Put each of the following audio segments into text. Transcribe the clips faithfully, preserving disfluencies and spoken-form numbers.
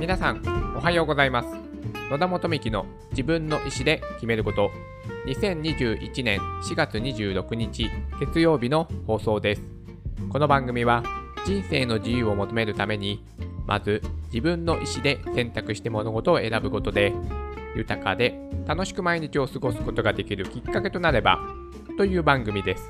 皆さんおはようございます。野田元幹の自分の意思で決めること、にせんにじゅういちねんしがつにじゅうろくにち月曜日の放送です。この番組は人生の自由を求めるために、まず自分の意思で選択して物事を選ぶことで、豊かで楽しく毎日を過ごすことができるきっかけとなればという番組です。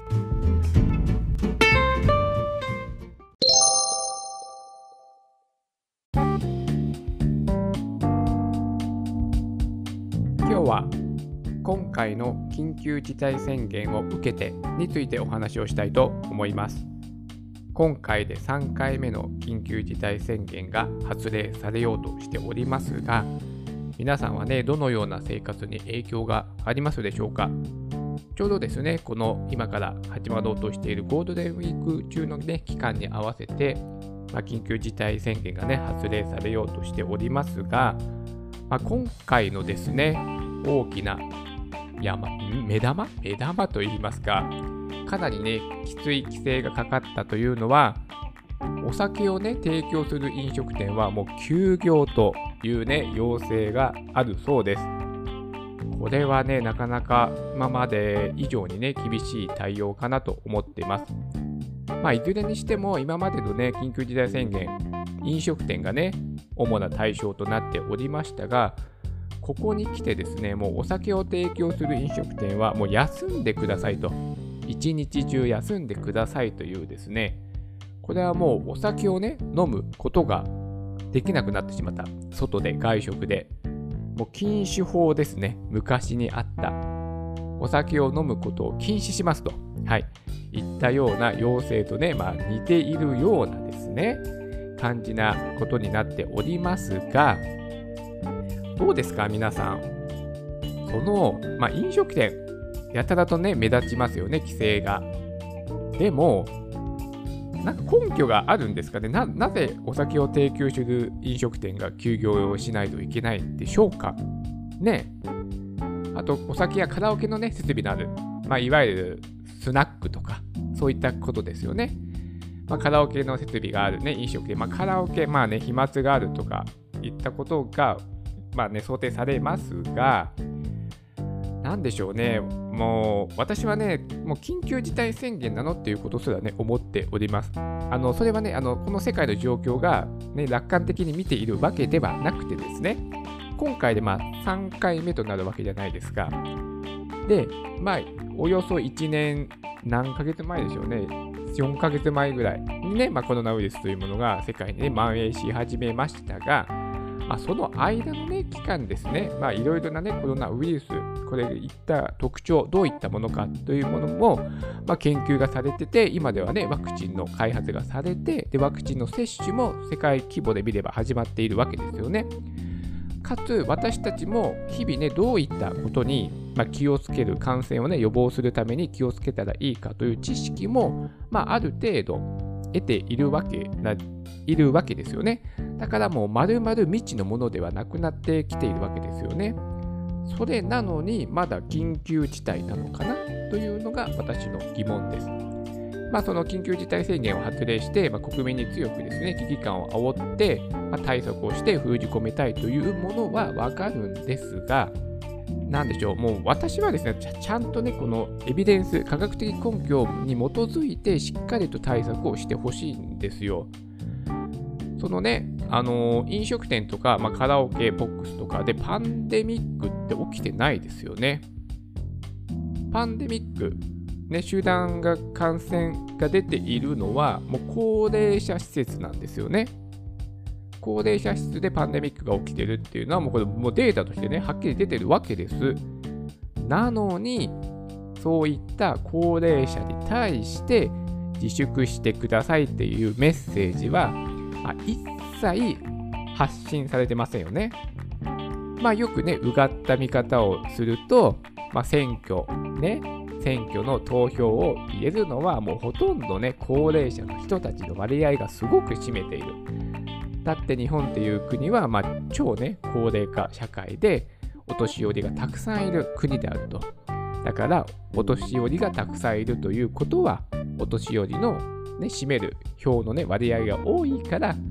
今日は今回の緊急事態宣言を受けてについてお話をしたいと思います。今回でさんかいめの緊急事態宣言が発令されようとしておりますが、皆さんはね、どのような生活に影響がありますでしょうか。ちょうどですね、この今から始まろうとしているゴールデンウィーク中のね、期間に合わせて、まあ、緊急事態宣言がね、発令されようとしておりますが、まあ、今回のですね、大きな山、目玉目玉といいますか、かなりね、きつい規制がかかったというのは、お酒をね、提供する飲食店はもう休業というね、要請があるそうです。これはね、なかなか今まで以上にね、厳しい対応かなと思っています。まあ、いずれにしても今までのね、緊急事態宣言、飲食店がね、主な対象となっておりましたが、ここに来てですね、もうお酒を提供する飲食店はもう休んでくださいと、一日中休んでくださいというですね、これはもうお酒をね、飲むことができなくなってしまった。外で外食で。もう禁酒法ですね。昔にあった。お酒を飲むことを禁止しますと。はい。いったような要請とね、まあ似ているようなですね、感じなことになっておりますが、どうですか皆さん。その、まあ飲食店、やたらとね、目立ちますよね、規制が。でも、なんか根拠があるんですかね。 な, なぜお酒を提供する飲食店が休業をしないといけないんでしょうかね。あと、お酒やカラオケのね、設備のある、まあ、いわゆるスナックとか、そういったことですよね。まあ、カラオケの設備があるね、飲食店、まあ、カラオケ、まあね、飛沫があるとか、いったことが、まあね、想定されますが、なんでしょうね、もう私はね、もう緊急事態宣言なのっていうことすらね、思っております。あのそれはね、あのこの世界の状況が、ね、楽観的に見ているわけではなくてですね、今回でまあさんかいめとなるわけじゃないですか。で、まあ、およそいちねん、何ヶ月前でしょうね、よんかげつまえぐらいにね、まあ、コロナウイルスというものが世界に、ね、蔓延し始めましたが、まあ、その間の、ね、期間ですね、まあ、いろいろな、ね、コロナウイルス、これいった特徴、どういったものかというものも、まあ、研究がされてて、今ではね、ワクチンの開発がされて、で、ワクチンの接種も世界規模で見れば始まっているわけですよね。かつ、私たちも日々ね、どういったことに、まあ、気をつける、感染をね、予防するために気をつけたらいいかという知識も、まあ、ある程度得ているわけな、いるわけですよね。だからもう丸々未知のものではなくなってきているわけですよね。それなのにまだ緊急事態なのかなというのが私の疑問です。まあその緊急事態宣言を発令して、まあ、国民に強くですね、危機感を煽って、まあ、対策をして封じ込めたいというものはわかるんですが、なんでしょう、もう私はですね、ち ゃ, ちゃんとね、このエビデンス、科学的根拠に基づいてしっかりと対策をしてほしいんですよ。そのね、あのー、飲食店とか、まあ、カラオケボックスとかでパンデミックって起きてないですよね。パンデミック、ね、集団が感染が出ているのは、もう高齢者施設なんですよね。高齢者施設でパンデミックが起きてるっていうのは、もうこれもうデータとしてね、はっきり出てるわけです。なのに、そういった高齢者に対して自粛してくださいっていうメッセージは、まあ、一切発信されてませんよね。まあよくね、うがった見方をすると、まあ、選挙ね、選挙の投票を入れるのはもうほとんどね、高齢者の人たちの割合がすごく占めている。だって日本っていう国は、まあ、超ね、高齢化社会でお年寄りがたくさんいる国であると。だからお年寄りがたくさんいるということは、お年寄りのね、占める票の、ね、割合が多いから、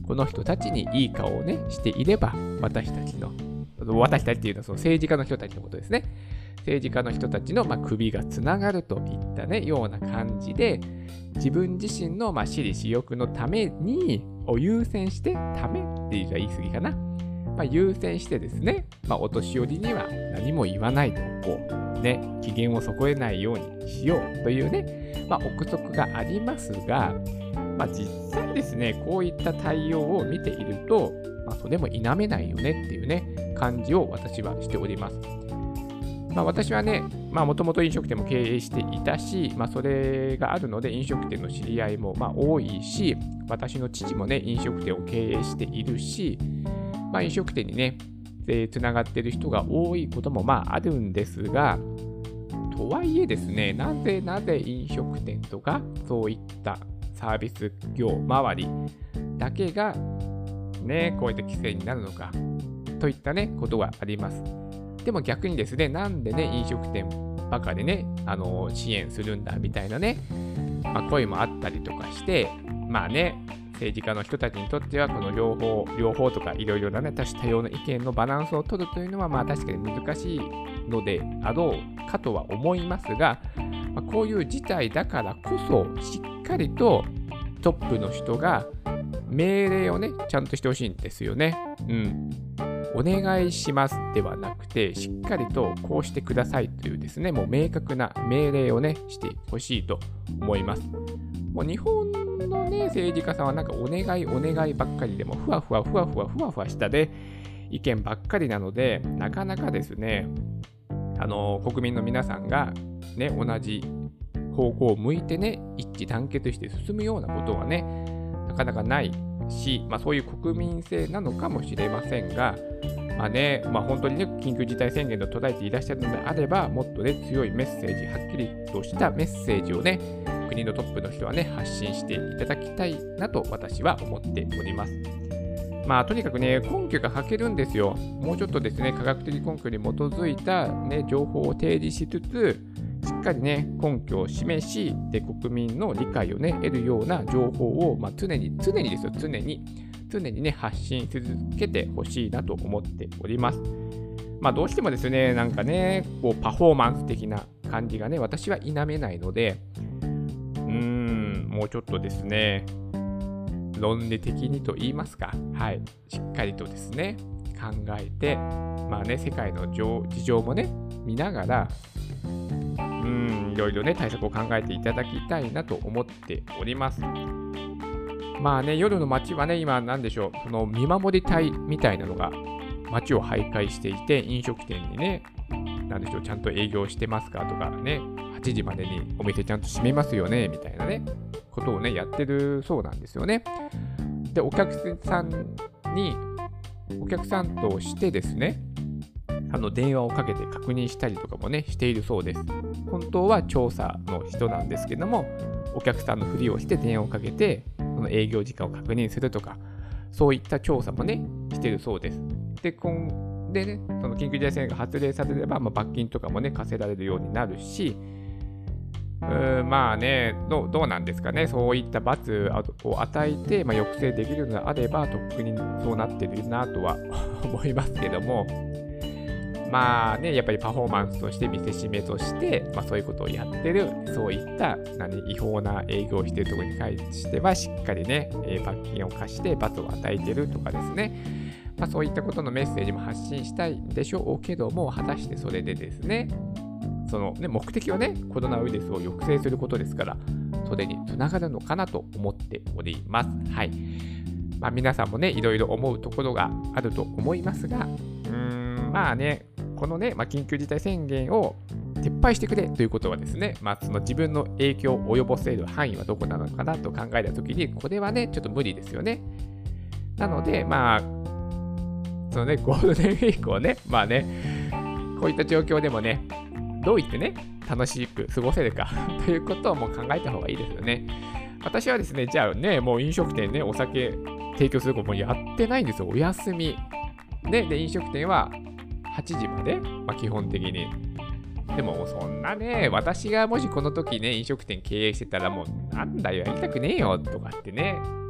この人たちにいい顔をね、していれば、私たちの、私たちっていうのはその政治家の人たちのことですね。政治家の人たちのまあ首がつながるといったね、ような感じで、自分自身のまあ私利私欲のために、を優先して、ためっていうか言い過ぎかな。まあ、優先してですね、まあ、お年寄りには何も言わないと、こう、ね、機嫌を損ねないようにしようというね、まあ、憶測がありますが、まあ、実際ですね、こういった対応を見ていると、まあ、それも否めないよねっていうね、感じを私はしております。まあ、私はね、まあ、もともと飲食店も経営していたし、まあ、それがあるので、飲食店の知り合いもまあ多いし、私の父もね、飲食店を経営しているし、まあ、飲食店にね、つながっている人が多いこともまああるんですが、とはいえですね、なぜなぜ飲食店とか、そういったサービス業周りだけが、ね、こういった規制になるのか、といったね、ことがあります。でも逆にですね、なんでね、飲食店ばかりね、あの支援するんだみたいなね、まあ、声もあったりとかして、まあね、政治家の人たちにとっては、この両方、両方とかいろいろなね、多種多様な意見のバランスを取るというのは、まあ確かに難しいのであろうかとは思いますが、まあ、こういう事態だからこそ、しっかりとトップの人が命令をね、ちゃんとしてほしいんですよね。うん。お願いしますではなくて、しっかりとこうしてくださいというですね、もう明確な命令をね、してほしいと思います。もう日本のね、政治家さんはなんかお願いお願いばっかりでも、ふわふわふわふわふわふわしたで、意見ばっかりなので、なかなかですね、あの、国民の皆さんがね、同じ方向を向いてね、一致団結して進むようなことはね、なかなかないし、まあ、そういう国民性なのかもしれませんが、まあね、まあ、本当にね、緊急事態宣言と捉えていらっしゃるのであれば、もっとね、強いメッセージ、はっきりとしたメッセージをね、国のトップの人はね、発信していただきたいなと私は思っております。まあ、とにかくね、根拠が欠けるんですよ。もうちょっとですね、科学的根拠に基づいた、ね、情報を提示しつつ、しっかりね、根拠を示し、で、国民の理解をね、得るような情報を、まあ、常に、常にですよ、常に、常にね、発信し続けてほしいなと思っております。まあ、どうしてもですね、なんかね、こう、パフォーマンス的な感じがね、私は否めないので、うーん、もうちょっとですね、論理的にと言いますか、はい、しっかりとですね、考えて、まあね、世界の事情もね、見ながら、うーん、いろいろね、対策を考えていただきたいなと思っております。まあね、夜の街はね、今、なんでしょう、その見守り隊みたいなのが街を徘徊していて、飲食店にね、なんでしょう、ちゃんと営業してますかとかね、はちじまでにお店ちゃんと閉めますよね、みたいなね、ことをね、やってるそうなんですよね。で、お客さんに、お客さんとしてですね、あの電話をかけて確認したりとかもね、しているそうです。本当は調査の人なんですけども、お客さんのふりをして電話をかけて、その営業時間を確認するとか、そういった調査もね、しているそうです。で、今でね、その緊急事態宣言が発令されれば、まあ、罰金とかもね、課せられるようになるし、うーんまあねどう、どうなんですかね、そういった罰を与えて、まあ、抑制できるのであれば、とっくにそうなってるなとは思いますけども、まあね、やっぱりパフォーマンスとして見せしめとして、まあ、そういうことをやってる、そういった何違法な営業をしているところに関しては、しっかりね、えー、罰金を課して罰を与えているとかですね、まあ、そういったことのメッセージも発信したいんでしょうけども、果たしてそれでですね、そのね、目的はね、コロナウイルスを抑制することですから、それにつながるのかなと思っております。はい。まあ、皆さんもね、いろいろ思うところがあると思いますが、うーん、まあね、このね、まあ、緊急事態宣言を撤廃してくれということはですね、まあ、その自分の影響を及ぼせる範囲はどこなのかなと考えたときに、これはね、ちょっと無理ですよね。なので、まあ、そのね、ゴールデンウィークをね、まあね、こういった状況でもね、どう言ってね、楽しく過ごせるかということをもう考えた方がいいですよね。私はですね、じゃあね、もう飲食店ね、お酒提供することもやってないんですよ。お休み。ね、で、飲食店ははちじまで、まあ、基本的に。でも、そんなね、私がもしこの時ね、飲食店経営してたらもう、なんだよ、やりたくねえよとかってね、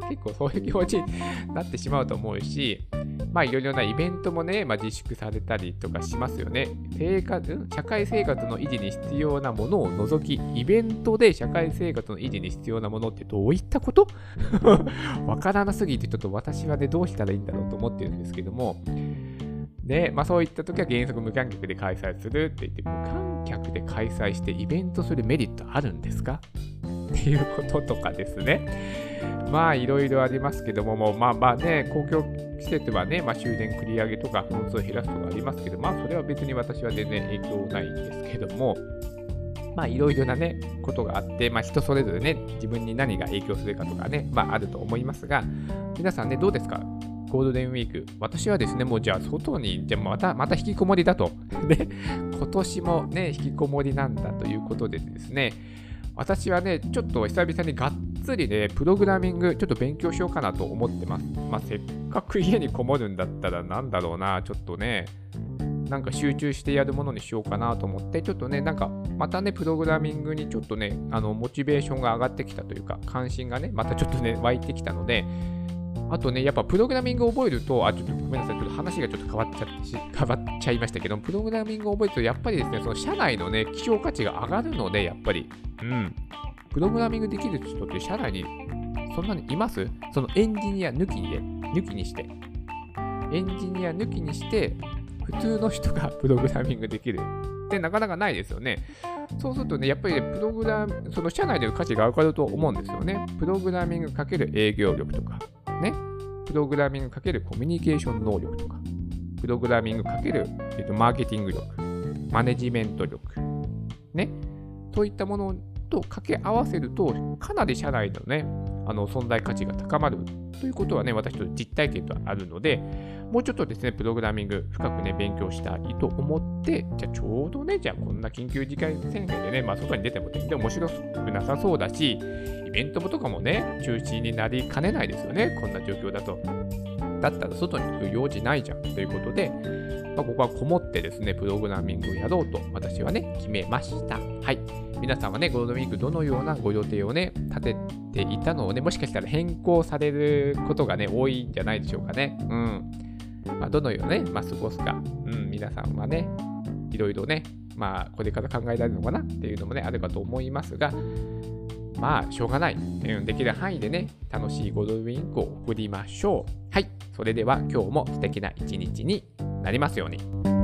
結構そういう気持ちになってしまうと思うし、まあいろいろなイベントもね、まあ、自粛されたりとかしますよね。生活、社会生活の維持に必要なものを除き、イベントで社会生活の維持に必要なものってどういったことわからなすぎて、ちょっと私はね、どうしたらいいんだろうと思ってるんですけども、で、まあそういった時は原則無観客で開催するって言って、無観客で開催してイベントするメリットあるんですかっていうこととかですね。まあいろいろありますけども、もうまあまあね、公共施設はね、まあ、終電繰り上げとか本数を減らすとかありますけど、まあそれは別に私は全然影響ないんですけども、まあいろいろなね、ことがあって、まあ人それぞれね、自分に何が影響するかとかね、まああると思いますが、皆さんね、どうですか？ゴールデンウィーク。私はですね、もうじゃあ外に、じゃあまた、また引きこもりだと。で、今年もね、引きこもりなんだということでですね、私はね、ちょっと久々にがっつりね、プログラミング、ちょっと勉強しようかなと思ってます。まあ、せっかく家にこもるんだったら、なんだろうな、ちょっとね、なんか集中してやるものにしようかなと思って、ちょっとね、なんか、またね、プログラミングにちょっとね、あの、モチベーションが上がってきたというか、関心がね、またちょっとね、湧いてきたので、あとね、やっぱプログラミングを覚えると、あ、ちょっとごめんなさい、ちょっと話がちょっと変わっちゃってし、変わっちゃいましたけど、プログラミングを覚えると、やっぱりですね、その社内のね、希少価値が上がるので、やっぱり、うん。プログラミングできる人って社内にそんなにいます？そのエンジニア抜きで、抜きにして。エンジニア抜きにして、普通の人がプログラミングできるってなかなかないですよね。そうするとね、やっぱりね、プログラム、その社内での価値が上がると思うんですよね。プログラミングかける営業力とか、ね。プログラミングかけるコミュニケーション能力とか、プログラミングかける、えっと、マーケティング力、マネジメント力、ね。そういったものと掛け合わせると、かなり社内のね、あの存在価値が高まるということはね、私と実体験とあるので、もうちょっとですね、プログラミング深くね、勉強したいと思って、じゃあちょうどね、じゃあこんな緊急事態宣言でね、まあ外に出ても全然面白くなさそうだし、イベントとかもね、中止になりかねないですよね、こんな状況だと。だったら外に行く用事ないじゃんということで、まあ、ここはこもってですね、プログラミングをやろうと私はね、決めました。はい。皆さんはね、ゴールデンウィークどのようなご予定をね、立てていたのをね、もしかしたら変更されることがね、多いんじゃないでしょうかね。うん。まあ、どのようにね、まあ、過ごすか。うん、皆さんはね、いろいろね、まあ、これから考えられるのかなっていうのもね、あるかと思いますが、まあ、しょうがない。うん、できる範囲でね、楽しいゴールデンウィークを送りましょう。はい。それでは今日も素敵な一日になりますように。